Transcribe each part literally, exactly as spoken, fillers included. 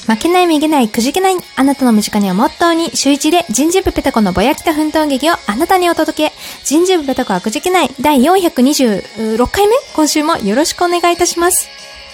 負けないめげないくじけないあなたの身近にはモットーに週一で人事部ペタコのぼやきた奮闘劇をあなたにお届け。人事部ペタコはくじけないだいよんひゃくにじゅうろっかいめ、今週もよろしくお願いいたします。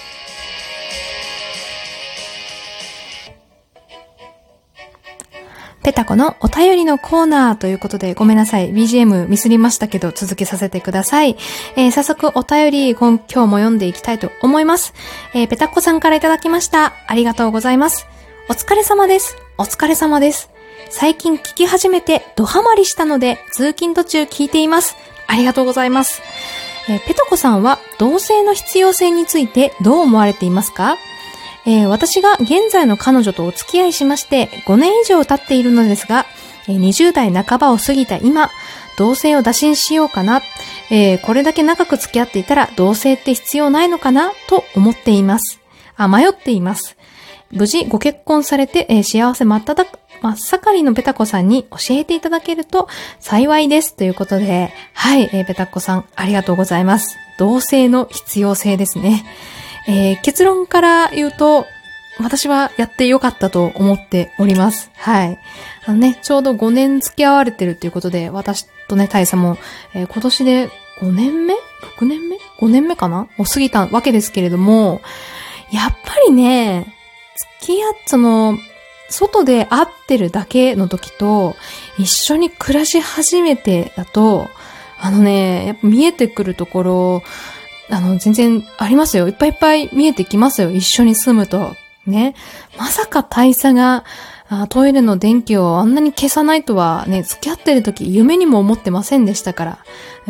ペタコのお便りのコーナーということで、ごめんなさい ビージーエム ミスりましたけど続けさせてください。えー、早速お便り今日も読んでいきたいと思います。えー、ペタコさんからいただきました。ありがとうございます。お疲れ様です。お疲れ様です。最近聞き始めてドハマりしたので通勤途中聞いています。ありがとうございます。えー、ペタコさんは同性の必要性についてどう思われていますか？えー、私が現在の彼女とお付き合いしましてごねん以上経っているのですが、えー、にじゅう代半ばを過ぎた今、同性を打診しようかな、えー、これだけ長く付き合っていたら同性って必要ないのかなと思っています。あ、迷っています。無事ご結婚されて、えー、幸せ真っ只真っ盛りのペタコさんに教えていただけると幸いですということで、はい、えー、ペタコさんありがとうございます。同性の必要性ですね。えー、結論から言うと、私はやってよかったと思っております。はい。あのね、ちょうどごねん付き合われてるっていうことで、私とね、大佐も、えー、今年でごねんめ ?ろく 年目 ?ご 年目かなを過ぎたわけですけれども、やっぱりね、付き合っ、その、外で会ってるだけの時と、一緒に暮らし始めてだと、あのね、やっぱ見えてくるところ、あの、全然ありますよ。いっぱいいっぱい見えてきますよ。一緒に住むと。ね。まさか大佐があトイレの電気をあんなに消さないとはね、付き合ってる時夢にも思ってませんでしたから。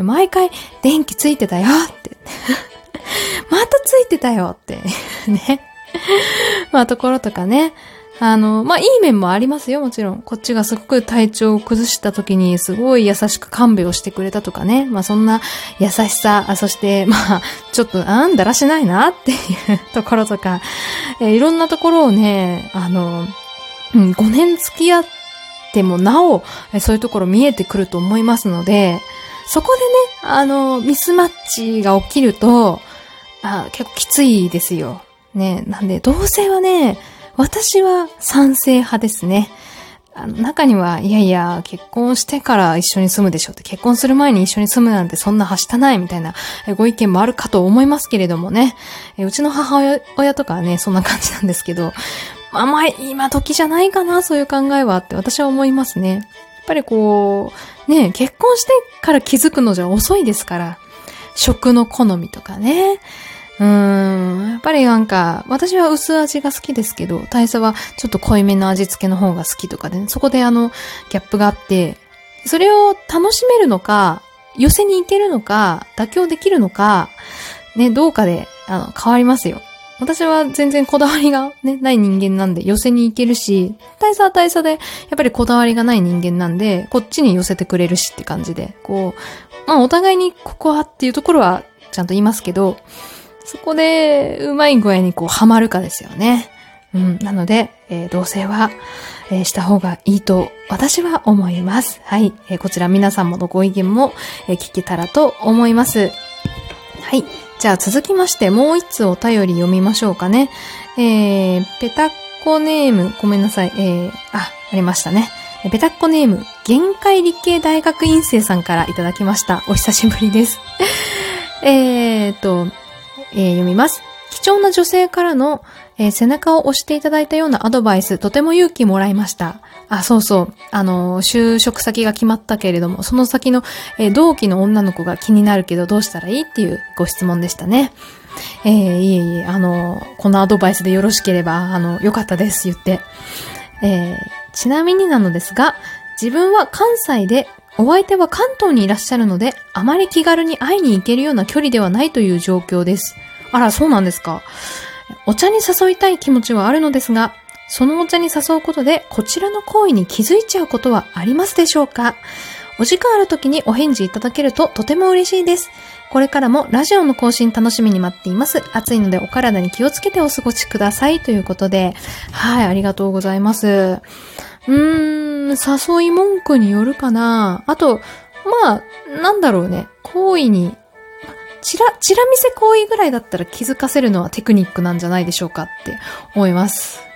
毎回電気ついてたよって。またついてたよって。ね。まあところとかね。あの、まあ、いい面もありますよ、もちろん。こっちがすごく体調を崩した時にすごい優しく看病をしてくれたとかね。まあ、そんな優しさ、あそして、まあ、ちょっと、あんだらしないなっていうところとか、えー、いろんなところをね、あの、うん、ごねん付き合ってもなお、えー、そういうところ見えてくると思いますので、そこでね、あの、ミスマッチが起きると、あ、結構きついですよ。ね、なんで、同性はね、私は賛成派ですね。あの中には、いやいや、結婚してから一緒に住むでしょって、結婚する前に一緒に住むなんてそんなはしたないみたいなご意見もあるかと思いますけれどもね。うちの母親とかはね、そんな感じなんですけど、あんまり今時じゃないかな、そういう考えはって私は思いますね。やっぱりこう、ね、結婚してから気づくのじゃ遅いですから、食の好みとかね。うーん、やっぱりなんか、私は薄味が好きですけど、大佐はちょっと濃いめの味付けの方が好きとかで、ね、そこであの、ギャップがあって、それを楽しめるのか、寄せに行けるのか、妥協できるのか、ね、どうかで、あの、変わりますよ。私は全然こだわりがね、ない人間なんで寄せに行けるし、大佐は大佐で、やっぱりこだわりがない人間なんで、こっちに寄せてくれるしって感じで、こう、まあお互いにここはっていうところはちゃんと言いますけど、そこで、うまい具合にこう、ハマるかですよね。うん。なので、えー、同棲は、えー、した方がいいと、私は思います。はい。えー、こちら皆さんものご意見も、えー、聞けたらと思います。はい。じゃあ続きまして、もう一つお便り読みましょうかね。えー、ペタッコネーム、ごめんなさい。えー、あ、ありましたね。ペタッコネーム、限界理系大学院生さんからいただきました。お久しぶりです。えーと、えー、読みます。貴重な女性からの、えー、背中を押していただいたようなアドバイス、とても勇気もらいました。あ、そうそう。あのー、就職先が決まったけれども、その先の、えー、同期の女の子が気になるけどどうしたらいいっていうご質問でしたね。えー、いえいえ、あのー、このアドバイスでよろしければ、あの、よかったです、言って。えー、ちなみになのですが、自分は関西で、お相手は関東にいらっしゃるので、あまり気軽に会いに行けるような距離ではないという状況です。あら、そうなんですか。お茶に誘いたい気持ちはあるのですが、そのお茶に誘うことで、こちらの行為に気づいちゃうことはありますでしょうか。お時間ある時にお返事いただけるととても嬉しいです。これからもラジオの更新楽しみに待っています。暑いのでお体に気をつけてお過ごしください。ということで、はい、ありがとうございます。うーん、誘い文句によるかな。あと、まあ、なんだろうね。行為に、ちら、ちら見せ行為ぐらいだったら気づかせるのはテクニックなんじゃないでしょうかって思います。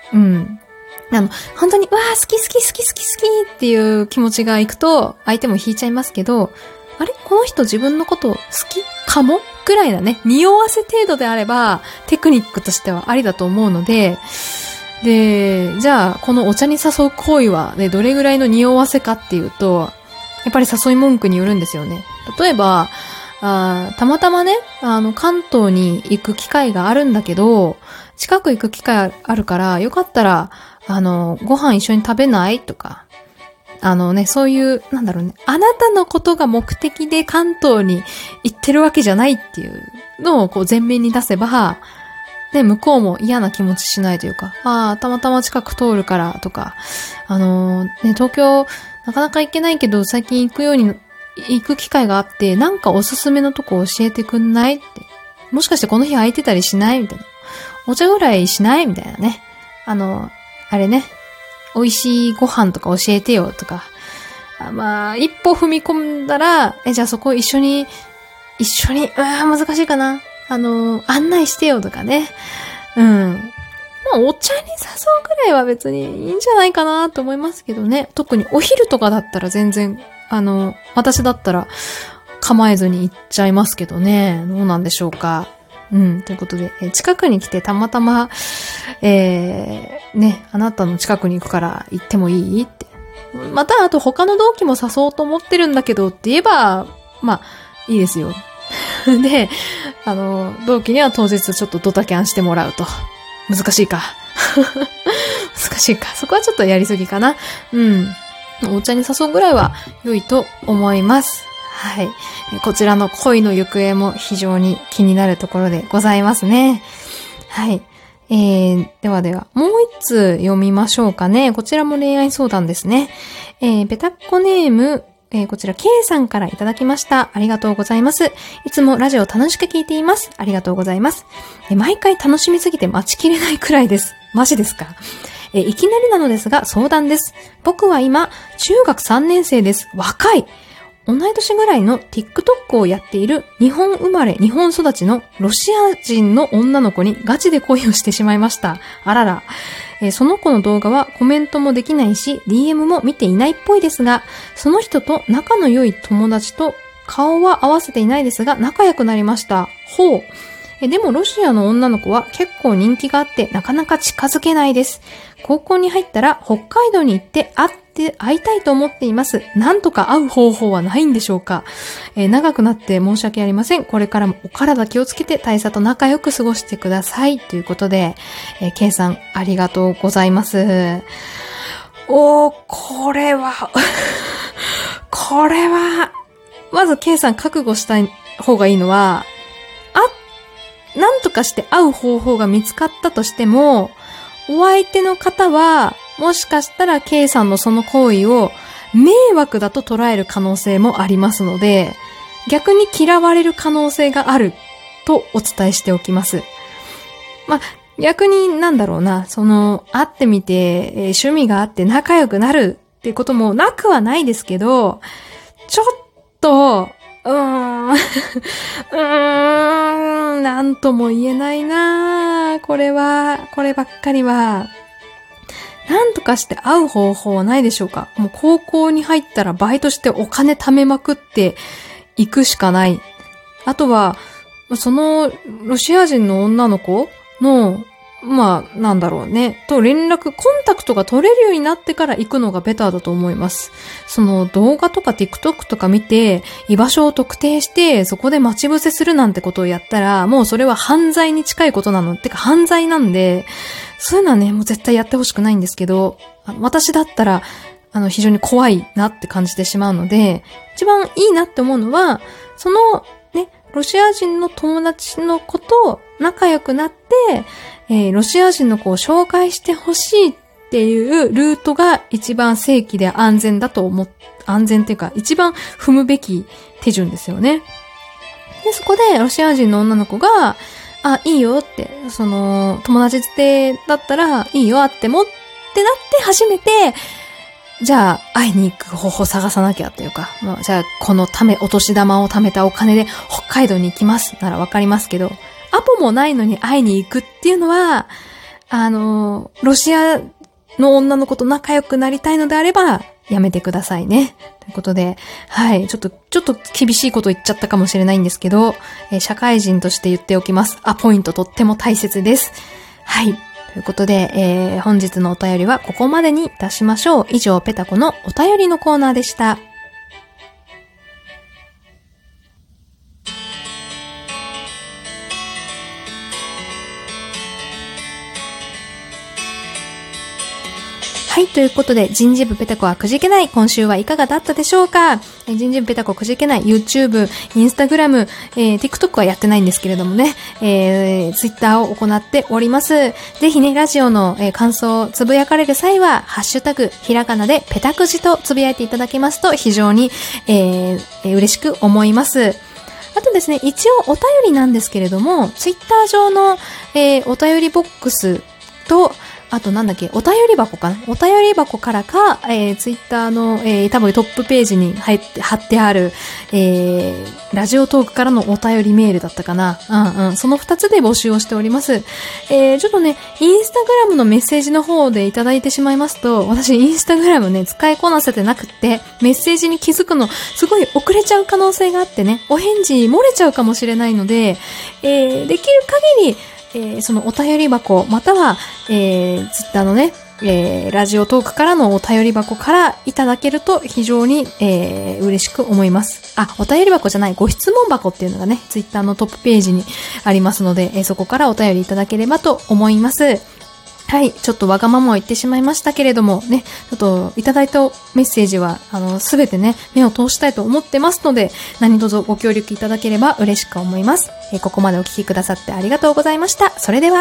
うん。あの、本当に、わー、好き好き好き好き好きっていう気持ちがいくと、相手も引いちゃいますけど、あれこの人自分のこと好きかもぐらいなね、匂わせ程度であれば、テクニックとしてはありだと思うので、で、じゃあ、このお茶に誘う行為は、ね、どれぐらいの匂わせかっていうと、やっぱり誘い文句によるんですよね。例えば、あたまたまね、あの、関東に行く機会があるんだけど、近く行く機会あるから、よかったら、あの、ご飯一緒に食べないとか、あのね、そういう、なんだろうね、あなたのことが目的で関東に行ってるわけじゃないっていうのをこう前面に出せば、ね、向こうも嫌な気持ちしないというか、ああ、たまたま近く通るからとか、あのー、ね、東京なかなか行けないけど最近行くように、行く機会があって、なんかおすすめのとこ教えてくんないって。もしかしてこの日空いてたりしないみたいな。お茶ぐらいしないみたいなね。あの、あれね。美味しいご飯とか教えてよとか。あまあ、一歩踏み込んだら、え、じゃあそこ一緒に、一緒に、うわー難しいかな。あの、案内してよとかね。うん。まあ、お茶に誘うぐらいは別にいいんじゃないかなと思いますけどね。特にお昼とかだったら全然、あの、私だったら構えずに行っちゃいますけどね。どうなんでしょうか。うん。ということで、え近くに来てたまたま、えー、ね、あなたの近くに行くから行ってもいいって。また、あと他の同期も誘おうと思ってるんだけどって言えば、まあ、いいですよ。で、あの、同期には当日ちょっとドタキャンしてもらうと。難しいか。難しいか。そこはちょっとやりすぎかな。うん。お茶に誘うぐらいは良いと思います。はい。こちらの恋の行方も非常に気になるところでございますね。はい。えー、ではでは、もう一つ読みましょうかね。こちらも恋愛相談ですね。えー、ペタッコネーム、えー、こちら K さんからいただきました。ありがとうございます。いつもラジオ楽しく聞いています。ありがとうございます。えー、毎回楽しみすぎて待ちきれないくらいです。マジですか？えー、いきなりなのですが相談です。僕は今、中学さんねん生です。若い！同い年ぐらいの TikTok をやっている日本生まれ、日本育ちのロシア人の女の子にガチで恋をしてしまいました。あらら。えー、その子の動画はコメントもできないし、ディーエム も見ていないっぽいですが、その人と仲の良い友達と顔は合わせていないですが、仲良くなりました。ほう。えでもロシアの女の子は結構人気があってなかなか近づけないです。高校に入ったら北海道に行って会って会いたいと思っています。なんとか会う方法はないんでしょうか？えー、長くなって申し訳ありません。これからもお体気をつけて大佐と仲良く過ごしてください。ということで、えー、K さんありがとうございます。おー、これは、これは、まず K さん覚悟した方がいいのは、なんとかして会う方法が見つかったとしても、お相手の方は、もしかしたら K さんのその行為を迷惑だと捉える可能性もありますので、逆に嫌われる可能性があるとお伝えしておきます。まあ、逆になんだろうな、その、会ってみて、えー、趣味があって仲良くなるっていうこともなくはないですけど、ちょっと、うーん、うーん、なんとも言えないなこれは、こればっかりは。なんとかして会う方法はないでしょうか？もう高校に入ったらバイトしてお金貯めまくっていくしかない。あとは、そのロシア人の女の子の、まあ、なんだろうね。と連絡、コンタクトが取れるようになってから行くのがベターだと思います。その動画とか TikTok とか見て、居場所を特定して、そこで待ち伏せするなんてことをやったら、もうそれは犯罪に近いことなの。ってか犯罪なんで、そういうのはね、もう絶対やってほしくないんですけど、私だったら、あの、非常に怖いなって感じてしまうので、一番いいなって思うのは、その、ね、ロシア人の友達の子と仲良くなって、えー、ロシア人の子を紹介してほしいっていうルートが一番正規で安全だと思っ、安全っていうか一番踏むべき手順ですよね。で、そこでロシア人の女の子が、あ、いいよって、その、友達ってだったらいいよ、あってもってなって初めて、じゃあ、会いに行く方法を探さなきゃっていうか、まあ、じゃあ、このため、お年玉を貯めたお金で北海道に行きますならわかりますけど、アポもないのに会いに行くっていうのは、 あの、ロシアの女の子と仲良くなりたいのであれば、やめてくださいね。ということで、はい、ちょっと、ちょっと厳しいこと言っちゃったかもしれないんですけど、えー、社会人として言っておきます。アポイントとっても大切です。はい。ということで、えー、本日のお便りはここまでにいたしましょう。以上、ペタコのお便りのコーナーでした。はい、ということで、人事部ペタコはくじけない。今週はいかがだったでしょうか。え人事部ペタコくじけない。YouTube、Instagram、えー、TikTok はやってないんですけれどもね、えー、Twitter を行っております。ぜひね、ラジオの、えー、感想をつぶやかれる際は、ハッシュタグ、ひらがなでペタくじとつぶやいていただけますと、非常に、えーえー、嬉しく思います。あとですね、一応お便りなんですけれども、Twitter 上の、えー、お便りボックスと、あとなんだっけ、お便り箱かなお便り箱からか、えー、ツイッターの、えー、多分トップページに入って、貼ってある、えー、ラジオトークからのお便りメールだったかなうんうん。その二つで募集をしております。えー、ちょっとね、インスタグラムのメッセージの方でいただいてしまいますと、私インスタグラムね、使いこなせてなくって、メッセージに気づくの、すごい遅れちゃう可能性があってね、お返事漏れちゃうかもしれないので、えー、できる限り、えー、そのお便り箱、または、えー、ツイッターのね、えー、ラジオトークからのお便り箱からいただけると非常に、えー、嬉しく思います。あ、お便り箱じゃない、ご質問箱っていうのがね、ツイッターのトップページにありますので、えー、そこからお便りいただければと思います。はい、ちょっとわがままを言ってしまいましたけれどもね、ちょっといただいたメッセージはあのすべてね目を通したいと思ってますので、何卒ご協力いただければ嬉しく思います。えー、ここまでお聞きくださってありがとうございました。それでは。